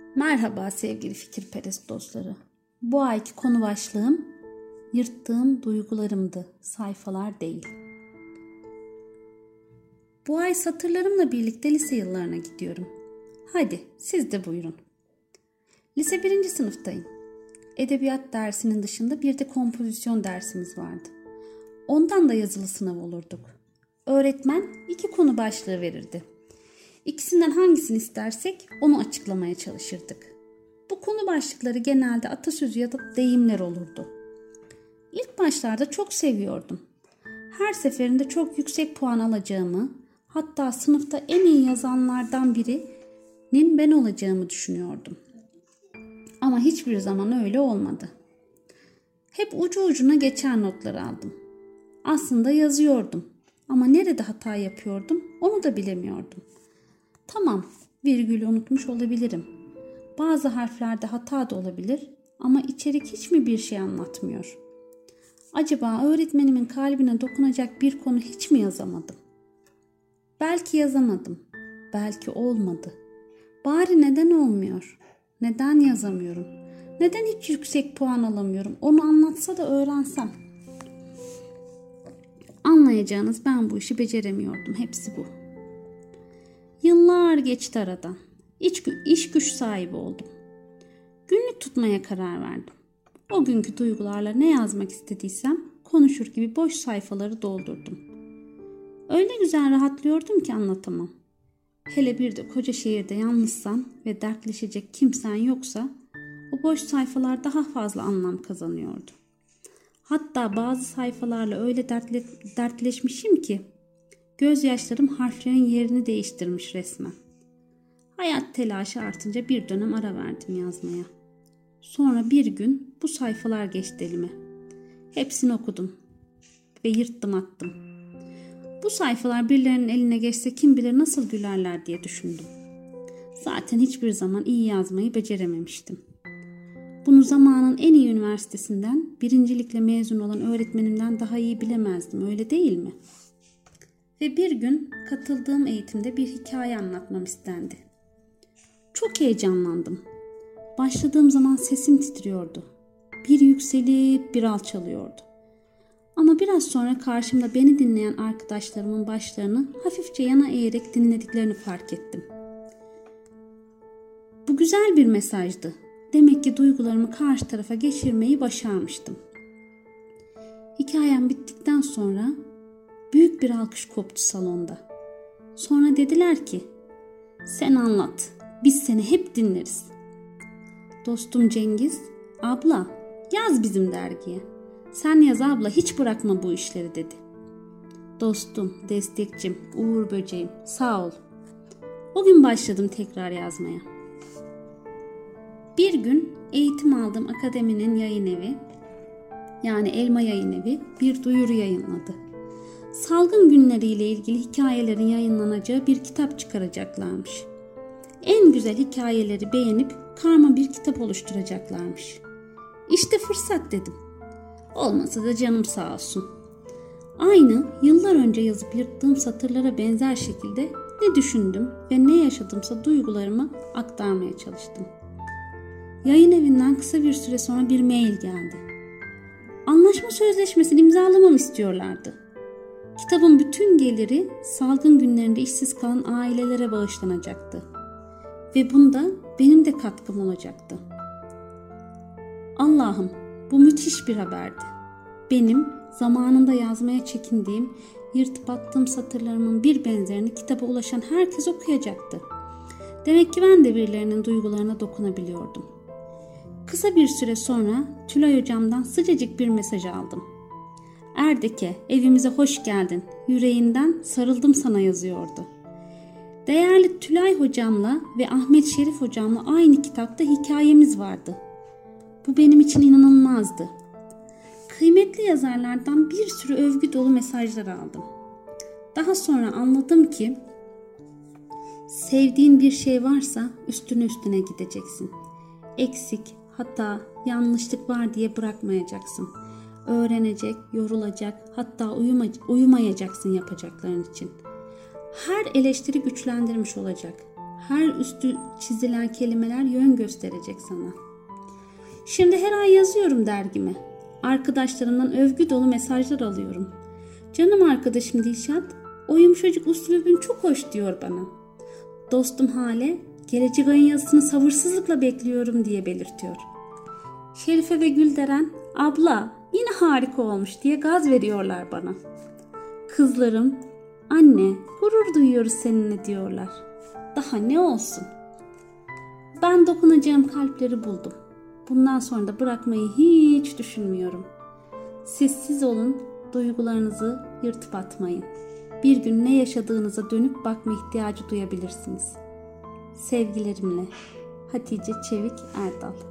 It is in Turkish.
Merhaba sevgili fikirperest dostları. Bu ayki konu başlığım yırttığım duygularımdı, sayfalar değil. Bu ay satırlarımla birlikte lise yıllarına gidiyorum. Hadi siz de buyurun. Lise 1. sınıftayım. Edebiyat dersinin dışında bir de kompozisyon dersimiz vardı. Ondan da yazılı sınav olurduk. Öğretmen 2 konu başlığı verirdi. İkisinden hangisini istersek onu açıklamaya çalışırdık. Bu konu başlıkları genelde atasözü ya da deyimler olurdu. İlk başlarda çok seviyordum. Her seferinde çok yüksek puan alacağımı, hatta sınıfta en iyi yazanlardan birinin ben olacağımı düşünüyordum. Ama hiçbir zaman öyle olmadı. Hep ucu ucuna geçer notlar aldım. Aslında yazıyordum ama nerede hata yapıyordum onu da bilemiyordum. Tamam, virgülü unutmuş olabilirim. Bazı harflerde hata da olabilir ama içerik hiç mi bir şey anlatmıyor? Acaba öğretmenimin kalbine dokunacak bir konu hiç mi yazamadım? Belki yazamadım, belki olmadı. Bari neden olmuyor? Neden yazamıyorum? Neden hiç yüksek puan alamıyorum? Onu anlatsa da öğrensem. Anlayacağınız ben bu işi beceremiyordum. Hepsi bu. Yıllar geçti aradan. İş güç sahibi oldum. Günlük tutmaya karar verdim. O günkü duygularla ne yazmak istediysem konuşur gibi boş sayfaları doldurdum. Öyle güzel rahatlıyordum ki anlatamam. Hele bir de koca şehirde yalnızsan ve dertleşecek kimsen yoksa o boş sayfalar daha fazla anlam kazanıyordu. Hatta bazı sayfalarla öyle dertleşmişim ki gözyaşlarım harflerin yerini değiştirmiş resmen. Hayat telaşı artınca bir dönem ara verdim yazmaya. Sonra bir gün bu sayfalar geçti elime. Hepsini okudum ve yırttım attım. Bu sayfalar birilerinin eline geçse kim bilir nasıl gülerler diye düşündüm. Zaten hiçbir zaman iyi yazmayı becerememiştim. Bunu zamanın en iyi üniversitesinden birincilikle mezun olan öğretmenimden daha iyi bilemezdim, öyle değil mi? Ve bir gün katıldığım eğitimde bir hikaye anlatmam istendi. Çok heyecanlandım. Başladığım zaman sesim titriyordu. Bir yükselip bir alçalıyordu. Ama biraz sonra karşımda beni dinleyen arkadaşlarımın başlarını hafifçe yana eğerek dinlediklerini fark ettim. Bu güzel bir mesajdı. Demek ki duygularımı karşı tarafa geçirmeyi başarmıştım. Hikayem bittikten sonra büyük bir alkış koptu salonda. Sonra dediler ki, sen anlat, biz seni hep dinleriz. Dostum Cengiz, abla yaz bizim dergiye. Sen yaz abla, hiç bırakma bu işleri dedi. Dostum, destekçim, Uğur böceğim, sağ ol. O gün başladım tekrar yazmaya. Bir gün eğitim aldığım akademinin yayın evi, yani Elma Yayın Evi bir duyuru yayınladı. Salgın günleriyle ilgili hikayelerin yayınlanacağı bir kitap çıkaracaklarmış. En güzel hikayeleri beğenip karma bir kitap oluşturacaklarmış. İşte fırsat dedim. Olmasa da canım sağ olsun. Aynı yıllar önce yazıp yırttığım satırlara benzer şekilde ne düşündüm ve ne yaşadımsa duygularımı aktarmaya çalıştım. Yayın evinden kısa bir süre sonra bir mail geldi. Anlaşma sözleşmesini imzalamamı istiyorlardı. Kitabın bütün geliri salgın günlerinde işsiz kalan ailelere bağışlanacaktı. Ve bunda benim de katkım olacaktı. Allah'ım, bu müthiş bir haberdi. Benim zamanında yazmaya çekindiğim, yırtıp attığım satırlarımın bir benzerini kitaba ulaşan herkes okuyacaktı. Demek ki ben de birilerinin duygularına dokunabiliyordum. Kısa bir süre sonra Tülay hocamdan sıcacık bir mesaj aldım. Erdeke, evimize hoş geldin. Yüreğinden sarıldım sana yazıyordu. Değerli Tülay hocamla ve Ahmet Şerif hocamla aynı kitapta hikayemiz vardı. Bu benim için inanılmazdı. Kıymetli yazarlardan bir sürü övgü dolu mesajlar aldım. Daha sonra anladım ki sevdiğin bir şey varsa üstüne gideceksin. Eksik, hata, yanlışlık var diye bırakmayacaksın. Öğrenecek, yorulacak, hatta uyumayacaksın yapacakların için. Her eleştiri güçlendirmiş olacak. Her üstü çizilen kelimeler yön gösterecek sana. Şimdi her ay yazıyorum dergime. Arkadaşlarımdan övgü dolu mesajlar alıyorum. Canım arkadaşım Dilşat, o yumuşacık üslubun çok hoş diyor bana. Dostum Hale, gelecek ayın yazısını sabırsızlıkla bekliyorum diye belirtiyor. Şerife ve Gülderen, abla yine harika olmuş diye gaz veriyorlar bana. Kızlarım, anne gurur duyuyoruz seninle diyorlar. Daha ne olsun? Ben dokunacağım kalpleri buldum. Bundan sonra da bırakmayı hiç düşünmüyorum. Siz olun, duygularınızı yırtıp atmayın. Bir gün ne yaşadığınıza dönüp bakma ihtiyacı duyabilirsiniz. Sevgilerimle Hatice Çevik Erdal.